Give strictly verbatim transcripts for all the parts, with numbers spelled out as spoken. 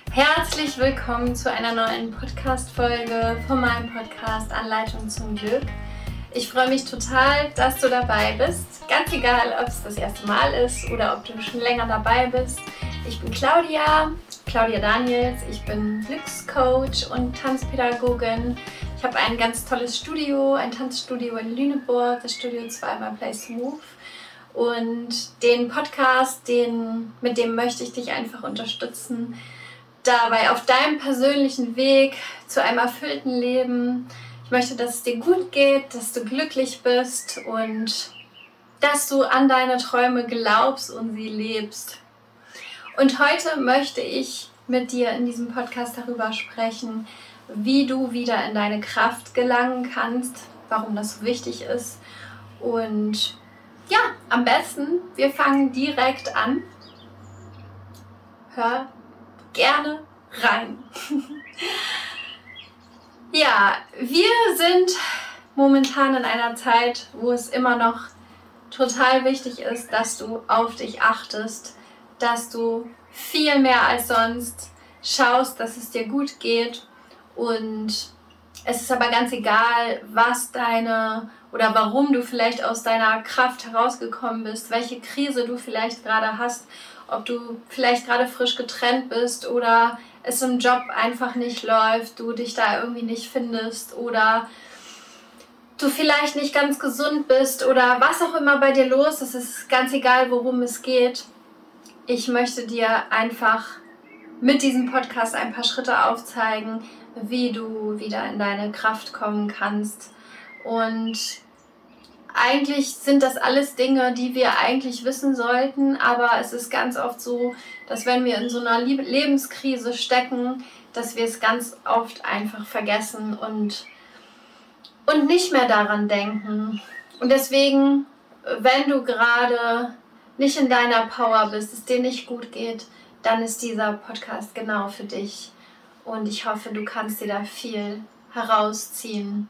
Herzlich willkommen zu einer neuen Podcast-Folge von meinem Podcast Anleitung zum Glück. Ich freue mich total, dass du dabei bist. Ganz egal, ob es das erste Mal ist oder ob du schon länger dabei bist. Ich bin Claudia, Claudia Daniels. Ich bin Glückscoach und Tanzpädagogin. Ich habe ein ganz tolles Studio, ein Tanzstudio in Lüneburg, das Studio zwei My Place to Move. Und den Podcast, den, mit dem möchte ich dich einfach unterstützen, dabei auf deinem persönlichen Weg zu einem erfüllten Leben. Ich möchte, dass es dir gut geht, dass du glücklich bist und dass du an deine Träume glaubst und sie lebst. Und heute möchte ich mit dir in diesem Podcast darüber sprechen, wie du wieder in deine Kraft gelangen kannst, warum das so wichtig ist. Und ja, am besten, wir fangen direkt an. Hör gerne rein. Ja, wir sind momentan in einer Zeit, wo es immer noch total wichtig ist, dass du auf dich achtest, dass du viel mehr als sonst schaust, dass es dir gut geht. Und es ist aber ganz egal, was deine oder warum du vielleicht aus deiner Kraft herausgekommen bist, welche Krise du vielleicht gerade hast, ob du vielleicht gerade frisch getrennt bist oder es im Job einfach nicht läuft, du dich da irgendwie nicht findest oder du vielleicht nicht ganz gesund bist oder was auch immer bei dir los ist. Es ist ganz egal, worum es geht. Ich möchte dir einfach mit diesem Podcast ein paar Schritte aufzeigen, wie du wieder in deine Kraft kommen kannst. Und eigentlich sind das alles Dinge, die wir eigentlich wissen sollten, aber es ist ganz oft so, dass wenn wir in so einer Lebenskrise stecken, dass wir es ganz oft einfach vergessen und, und nicht mehr daran denken. Und deswegen, wenn du gerade nicht in deiner Power bist, es dir nicht gut geht, dann ist dieser Podcast genau für dich. Und ich hoffe, du kannst dir da viel herausziehen.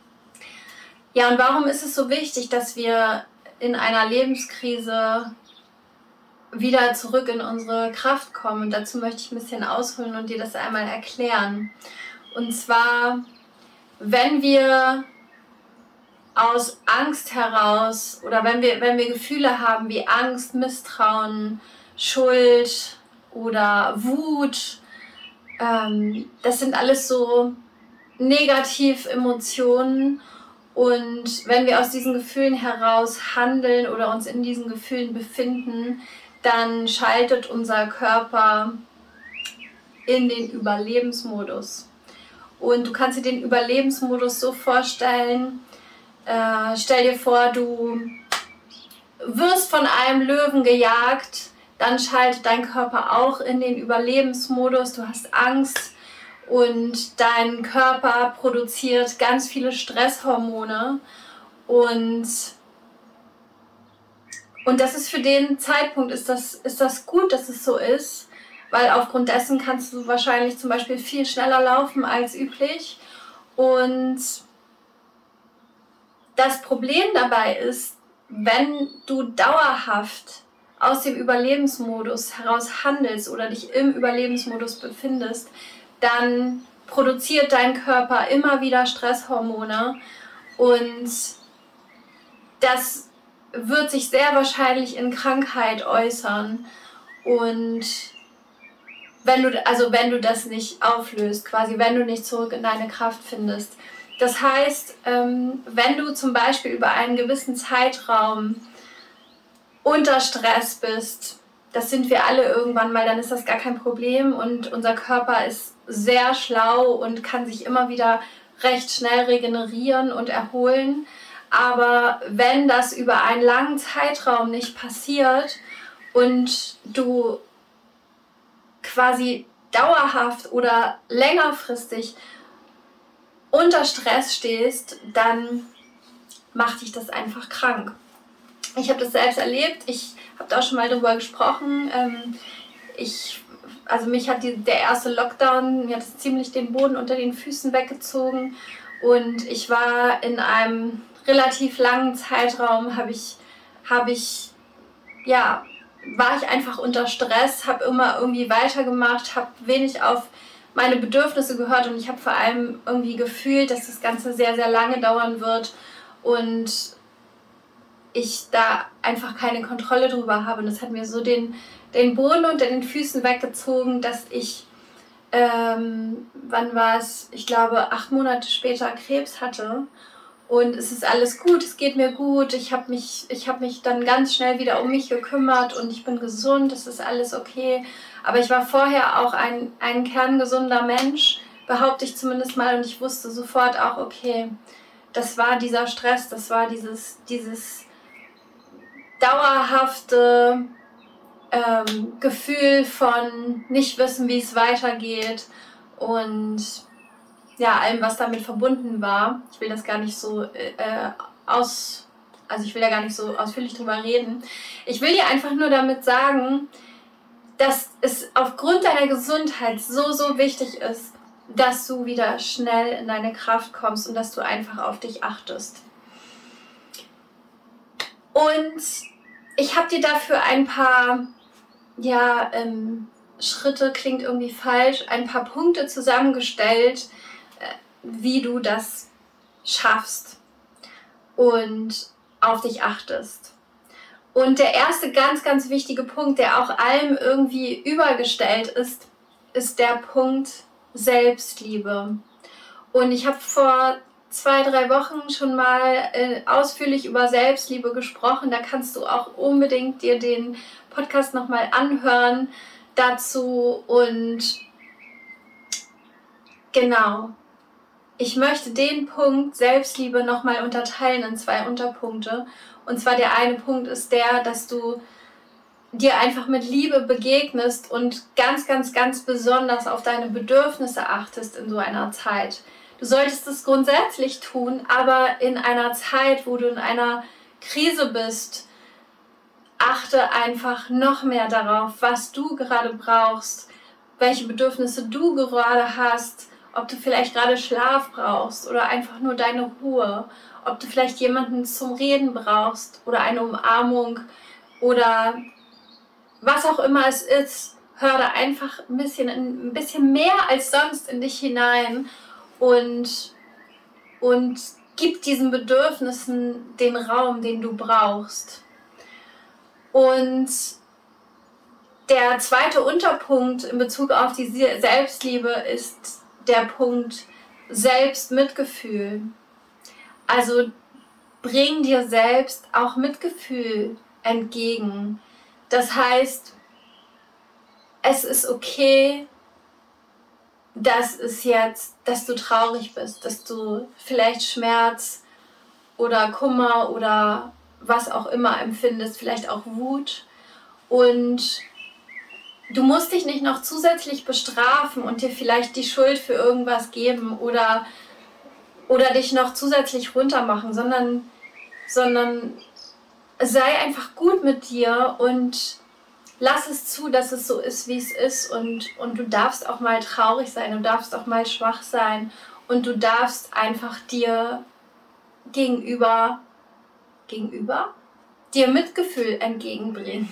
Ja, und warum ist es so wichtig, dass wir in einer Lebenskrise wieder zurück in unsere Kraft kommen? Und dazu möchte ich ein bisschen ausholen und dir das einmal erklären. Und zwar, wenn wir aus Angst heraus oder wenn wir, wenn wir Gefühle haben wie Angst, Misstrauen, Schuld oder Wut, ähm, das sind alles so Negativ-Emotionen. Und wenn wir aus diesen Gefühlen heraus handeln oder uns in diesen Gefühlen befinden, dann schaltet unser Körper in den Überlebensmodus. Und du kannst dir den Überlebensmodus so vorstellen, äh, stell dir vor, du wirst von einem Löwen gejagt, dann schaltet dein Körper auch in den Überlebensmodus, du hast Angst. Und dein Körper produziert ganz viele Stresshormone und, und das ist für den Zeitpunkt, ist das, ist das gut, dass es so ist, weil aufgrund dessen kannst du wahrscheinlich zum Beispiel viel schneller laufen als üblich. Und das Problem dabei ist, wenn du dauerhaft aus dem Überlebensmodus heraus handelst oder dich im Überlebensmodus befindest, dann produziert dein Körper immer wieder Stresshormone und das wird sich sehr wahrscheinlich in Krankheit äußern. Und wenn du, also wenn du das nicht auflöst, quasi wenn du nicht zurück in deine Kraft findest. Das heißt, wenn du zum Beispiel über einen gewissen Zeitraum unter Stress bist, das sind wir alle irgendwann mal, dann ist das gar kein Problem und unser Körper ist sehr schlau und kann sich immer wieder recht schnell regenerieren und erholen. Aber wenn das über einen langen Zeitraum nicht passiert und du quasi dauerhaft oder längerfristig unter Stress stehst, dann macht dich das einfach krank. Ich habe das selbst erlebt, ich habe da auch schon mal drüber gesprochen. Ich, also mich hat die, der erste Lockdown, mir hat es ziemlich den Boden unter den Füßen weggezogen und ich war in einem relativ langen Zeitraum, habe ich, habe ich ja, war ich einfach unter Stress, habe immer irgendwie weitergemacht, habe wenig auf meine Bedürfnisse gehört und ich habe vor allem irgendwie gefühlt, dass das Ganze sehr, sehr lange dauern wird und ich da einfach keine Kontrolle drüber habe. Und das hat mir so den, den Boden unter den Füßen weggezogen, dass ich, ähm, wann war es, ich glaube acht Monate später Krebs hatte. Und es ist alles gut, es geht mir gut, ich habe mich, ich hab mich dann ganz schnell wieder um mich gekümmert und ich bin gesund, es ist alles okay. Aber ich war vorher auch ein, ein kerngesunder Mensch, behaupte ich zumindest mal, und ich wusste sofort auch, okay, das war dieser Stress, das war dieses, dieses dauerhafte ähm, Gefühl von nicht wissen, wie es weitergeht und ja, allem, was damit verbunden war. Ich will das gar nicht so äh, aus, also ich will da gar nicht so ausführlich drüber reden. Ich will dir einfach nur damit sagen, dass es aufgrund deiner Gesundheit so, so wichtig ist, dass du wieder schnell in deine Kraft kommst und dass du einfach auf dich achtest. Und ich habe dir dafür ein paar, ja, ähm, Schritte, klingt irgendwie falsch, ein paar Punkte zusammengestellt, wie du das schaffst und auf dich achtest. Und der erste ganz, ganz wichtige Punkt, der auch allem irgendwie übergestellt ist, ist der Punkt Selbstliebe. Und ich habe vor zwei, drei Wochen schon mal äh, ausführlich über Selbstliebe gesprochen. Da kannst du auch unbedingt dir den Podcast nochmal anhören dazu. Und genau. Ich möchte den Punkt Selbstliebe nochmal unterteilen in zwei Unterpunkte. Und zwar der eine Punkt ist der, dass du dir einfach mit Liebe begegnest und ganz, ganz, ganz besonders auf deine Bedürfnisse achtest in so einer Zeit. Du solltest es grundsätzlich tun, aber in einer Zeit, wo du in einer Krise bist, achte einfach noch mehr darauf, was du gerade brauchst, welche Bedürfnisse du gerade hast, ob du vielleicht gerade Schlaf brauchst oder einfach nur deine Ruhe, ob du vielleicht jemanden zum Reden brauchst oder eine Umarmung oder was auch immer es ist. Hör da einfach ein bisschen, ein bisschen mehr als sonst in dich hinein und, und gib diesen Bedürfnissen den Raum, den du brauchst. Und der zweite Unterpunkt in Bezug auf die Selbstliebe ist der Punkt Selbstmitgefühl. Also bring dir selbst auch Mitgefühl entgegen. Das heißt, es ist okay, dass es jetzt, dass du traurig bist, dass du vielleicht Schmerz oder Kummer oder was auch immer empfindest, vielleicht auch Wut. Und du musst dich nicht noch zusätzlich bestrafen und dir vielleicht die Schuld für irgendwas geben oder, oder dich noch zusätzlich runtermachen, sondern, sondern sei einfach gut mit dir und lass es zu, dass es so ist, wie es ist. Und, und du darfst auch mal traurig sein, du darfst auch mal schwach sein und du darfst einfach dir gegenüber, gegenüber, dir Mitgefühl entgegenbringen.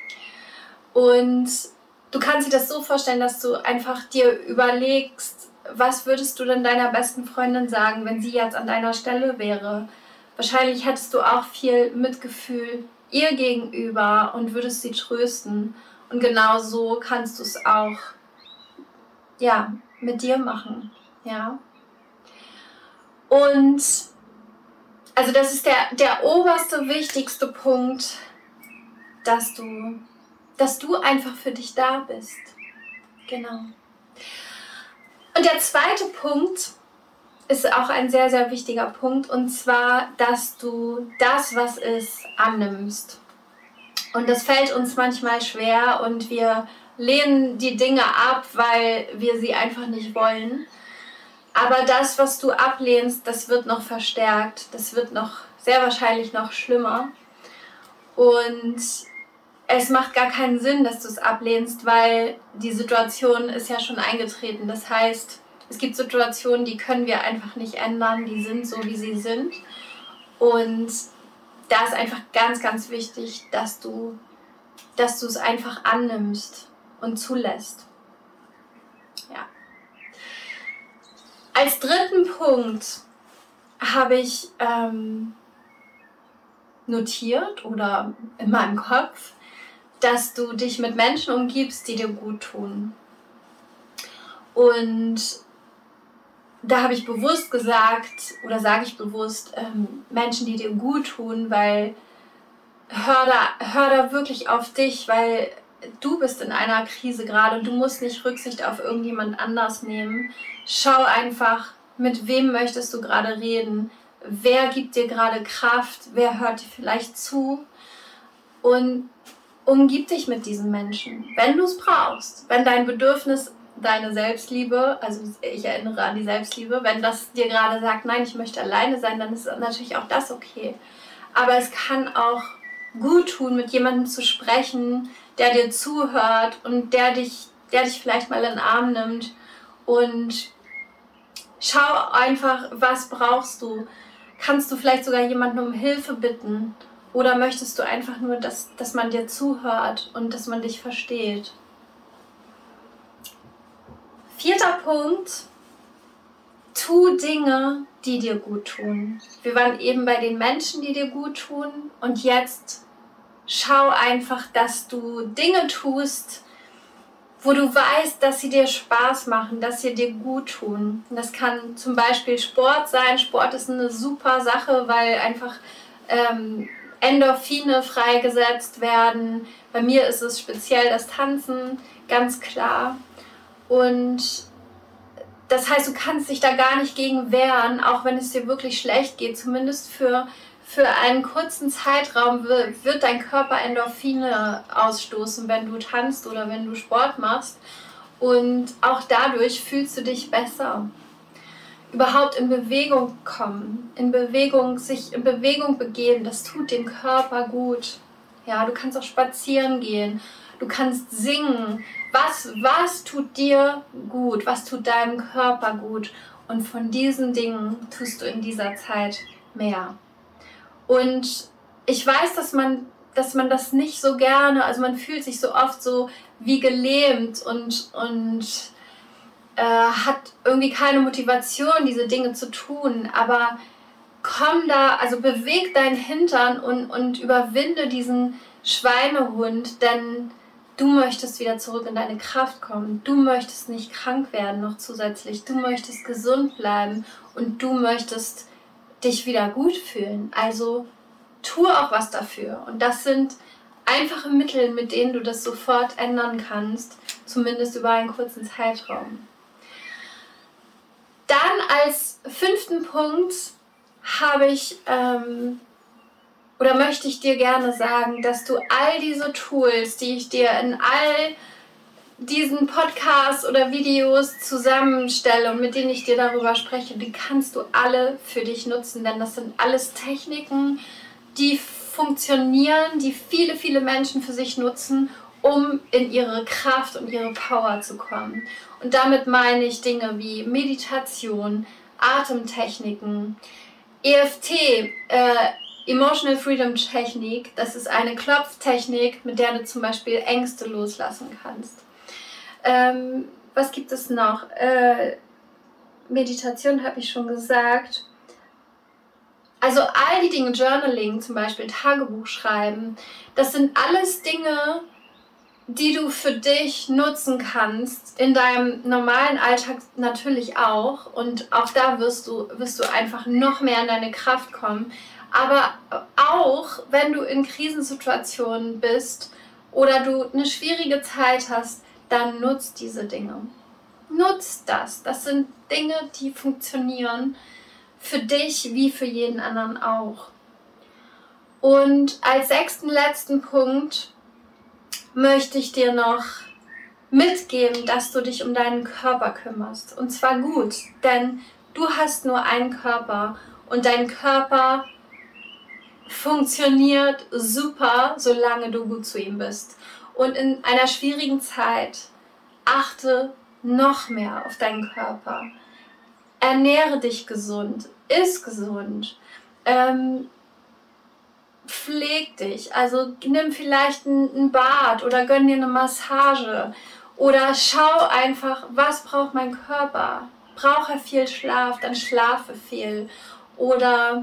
Und du kannst dir das so vorstellen, dass du einfach dir überlegst, was würdest du denn deiner besten Freundin sagen, wenn sie jetzt an deiner Stelle wäre? Wahrscheinlich hättest du auch viel Mitgefühl ihr gegenüber und würdest sie trösten. Und genau so kannst du es auch, ja, mit dir machen. Ja. Und also das ist der, der oberste, wichtigste Punkt, dass du, dass du einfach für dich da bist. Genau. Und der zweite Punkt ist auch ein sehr, sehr wichtiger Punkt, und zwar, dass du das, was ist, annimmst. Und das fällt uns manchmal schwer und wir lehnen die Dinge ab, weil wir sie einfach nicht wollen. Aber das, was du ablehnst, das wird noch verstärkt, das wird noch sehr wahrscheinlich noch schlimmer. Und es macht gar keinen Sinn, dass du es ablehnst, weil die Situation ist ja schon eingetreten. Das heißt, es gibt Situationen, die können wir einfach nicht ändern, die sind so, wie sie sind. Und da ist einfach ganz, ganz wichtig, dass du dass du es einfach annimmst und zulässt. Ja. Als dritten Punkt habe ich ähm, notiert oder in meinem Kopf, dass du dich mit Menschen umgibst, die dir gut tun. Und da habe ich bewusst gesagt, oder sage ich bewusst, ähm, Menschen, die dir gut tun, weil hör da, hör da wirklich auf dich, weil du bist in einer Krise gerade und du musst nicht Rücksicht auf irgendjemand anders nehmen. Schau einfach, mit wem möchtest du gerade reden, wer gibt dir gerade Kraft, wer hört dir vielleicht zu und umgib dich mit diesen Menschen, wenn du es brauchst, wenn dein Bedürfnis, deine Selbstliebe, also ich erinnere an die Selbstliebe, wenn das dir gerade sagt, nein, ich möchte alleine sein, dann ist natürlich auch das okay. Aber es kann auch gut tun, mit jemandem zu sprechen, der dir zuhört und der dich, der dich vielleicht mal in den Arm nimmt und schau einfach, was brauchst du. Kannst du vielleicht sogar jemanden um Hilfe bitten oder möchtest du einfach nur, dass, dass man dir zuhört und dass man dich versteht? Vierter Punkt, tu Dinge, die dir gut tun. Wir waren eben bei den Menschen, die dir gut tun und jetzt schau einfach, dass du Dinge tust, wo du weißt, dass sie dir Spaß machen, dass sie dir gut tun. Das kann zum Beispiel Sport sein. Sport ist eine super Sache, weil einfach ähm, Endorphine freigesetzt werden. Bei mir ist es speziell das Tanzen, ganz klar. Und das heißt, du kannst dich da gar nicht gegen wehren, auch wenn es dir wirklich schlecht geht. Zumindest für, für einen kurzen Zeitraum wird dein Körper Endorphine ausstoßen, wenn du tanzt oder wenn du Sport machst. Und auch dadurch fühlst du dich besser. Überhaupt in Bewegung kommen, in Bewegung, sich in Bewegung begeben, das tut dem Körper gut. Ja, du kannst auch spazieren gehen, du kannst singen. Was, was tut dir gut? Was tut deinem Körper gut? Und von diesen Dingen tust du in dieser Zeit mehr. Und ich weiß, dass man, dass man das nicht so gerne, also man fühlt sich so oft so wie gelähmt und, und äh, hat irgendwie keine Motivation, diese Dinge zu tun. Aber komm da, also beweg deinen Hintern und, und überwinde diesen Schweinehund, denn du möchtest wieder zurück in deine Kraft kommen. Du möchtest nicht krank werden noch zusätzlich. Du möchtest gesund bleiben und du möchtest dich wieder gut fühlen. Also tu auch was dafür. Und das sind einfache Mittel, mit denen du das sofort ändern kannst, zumindest über einen kurzen Zeitraum. Dann als fünften Punkt habe ich ähm, oder möchte ich dir gerne sagen, dass du all diese Tools, die ich dir in all diesen Podcasts oder Videos zusammenstelle und mit denen ich dir darüber spreche, die kannst du alle für dich nutzen, denn das sind alles Techniken, die funktionieren, die viele, viele Menschen für sich nutzen, um in ihre Kraft und ihre Power zu kommen. Und damit meine ich Dinge wie Meditation, Atemtechniken, E F T, äh, Emotional Freedom Technik, das ist eine Klopftechnik, mit der du zum Beispiel Ängste loslassen kannst. Ähm, was gibt es noch? Äh, Meditation habe ich schon gesagt. Also all die Dinge, Journaling zum Beispiel, Tagebuch schreiben, das sind alles Dinge, die du für dich nutzen kannst, in deinem normalen Alltag natürlich auch. Und auch da wirst du, wirst du einfach noch mehr in deine Kraft kommen. Aber auch, wenn du in Krisensituationen bist oder du eine schwierige Zeit hast, dann nutzt diese Dinge. Nutzt das. Das sind Dinge, die funktionieren für dich wie für jeden anderen auch. Und als sechsten, letzten Punkt möchte ich dir noch mitgeben, dass du dich um deinen Körper kümmerst. Und zwar gut, denn du hast nur einen Körper und dein Körper funktioniert super, solange du gut zu ihm bist. Und in einer schwierigen Zeit achte noch mehr auf deinen Körper. Ernähre dich gesund, iss gesund. Ähm, pfleg dich. Also nimm vielleicht ein, ein Bad oder gönn dir eine Massage. Oder schau einfach, was braucht mein Körper? Braucht er viel Schlaf, dann schlafe viel. Oder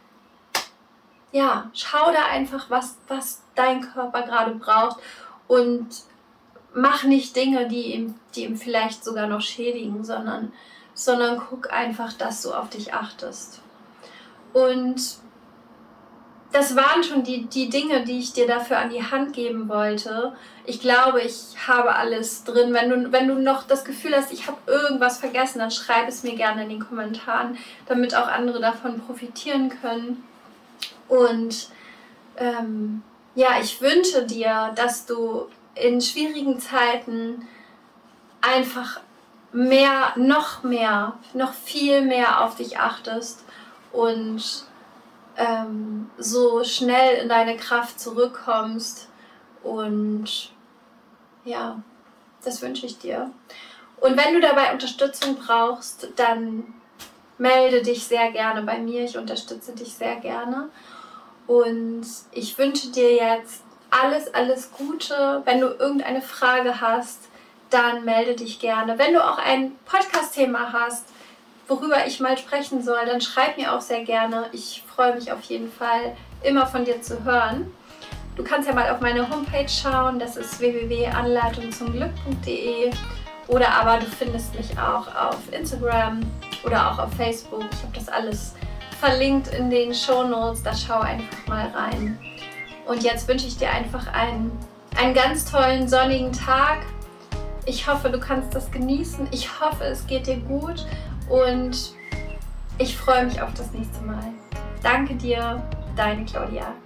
ja, schau da einfach, was, was dein Körper gerade braucht und mach nicht Dinge, die ihm, die ihm vielleicht sogar noch schädigen, sondern, sondern guck einfach, dass du auf dich achtest. Und das waren schon die, die Dinge, die ich dir dafür an die Hand geben wollte. Ich glaube, ich habe alles drin. Wenn du, wenn du noch das Gefühl hast, ich habe irgendwas vergessen, dann schreib es mir gerne in den Kommentaren, damit auch andere davon profitieren können. Und ähm, ja, ich wünsche dir, dass du in schwierigen Zeiten einfach mehr, noch mehr, noch viel mehr auf dich achtest und ähm, so schnell in deine Kraft zurückkommst. Und ja, das wünsche ich dir. Und wenn du dabei Unterstützung brauchst, dann melde dich sehr gerne bei mir. Ich unterstütze dich sehr gerne. Und ich wünsche dir jetzt alles, alles Gute. Wenn du irgendeine Frage hast, dann melde dich gerne. Wenn du auch ein Podcast-Thema hast, worüber ich mal sprechen soll, dann schreib mir auch sehr gerne. Ich freue mich auf jeden Fall, immer von dir zu hören. Du kannst ja mal auf meine Homepage schauen, das ist w w w punkt anleitung zum glück punkt de oder aber du findest mich auch auf Instagram oder auch auf Facebook. Ich habe das alles verlinkt in den Shownotes, da schau einfach mal rein. Und jetzt wünsche ich dir einfach einen, einen ganz tollen sonnigen Tag. Ich hoffe, du kannst das genießen. Ich hoffe, es geht dir gut und ich freue mich auf das nächste Mal. Danke dir, deine Claudia.